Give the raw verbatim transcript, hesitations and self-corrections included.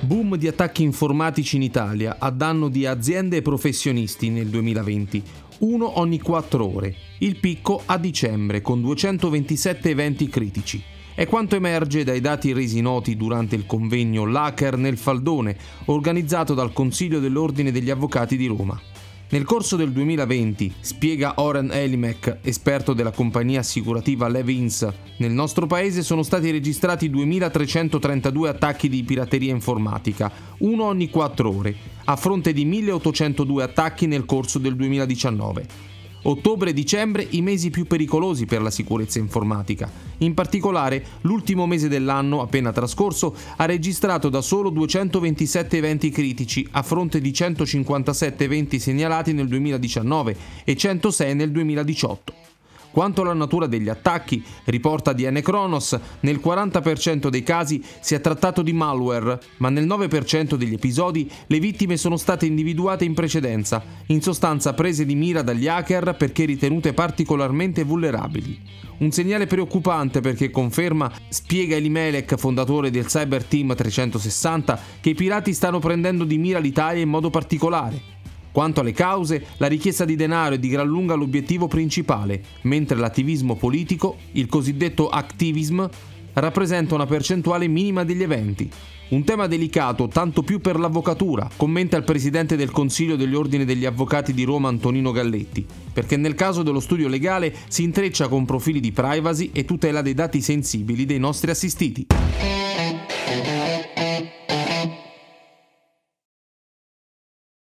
Boom di attacchi informatici in Italia a danno di aziende e professionisti nel duemilaventi, uno ogni quattro ore. Il picco a dicembre con duecentoventisette eventi critici. È quanto emerge dai dati resi noti durante il convegno L'Hacker nel Faldone, organizzato dal Consiglio dell'Ordine degli Avvocati di Roma. Nel corso del duemilaventi, spiega Oren Elimek, esperto della compagnia assicurativa Levins, nel nostro paese sono stati registrati duemilatrecentotrentadue attacchi di pirateria informatica, uno ogni quattro ore, a fronte di milleottocentodue attacchi nel corso del duemiladiciannove. Ottobre e dicembre i mesi più pericolosi per la sicurezza informatica. In particolare, l'ultimo mese dell'anno appena trascorso ha registrato da solo duecentoventisette eventi critici a fronte di centocinquantasette eventi segnalati nel duemiladiciannove e centosei nel duemiladiciotto. Quanto alla natura degli attacchi, riporta D N Kronos, nel quaranta per cento dei casi si è trattato di malware, ma nel nove per cento degli episodi le vittime sono state individuate in precedenza, in sostanza prese di mira dagli hacker perché ritenute particolarmente vulnerabili. Un segnale preoccupante perché conferma, spiega Elimelek, fondatore del Cyber Team trecentosessanta, che i pirati stanno prendendo di mira l'Italia in modo particolare. Quanto alle cause, la richiesta di denaro è di gran lunga l'obiettivo principale, mentre l'attivismo politico, il cosiddetto activism, rappresenta una percentuale minima degli eventi. Un tema delicato tanto più per l'avvocatura, commenta il presidente del Consiglio degli Ordini degli Avvocati di Roma Antonino Galletti, perché nel caso dello studio legale si intreccia con profili di privacy e tutela dei dati sensibili dei nostri assistiti.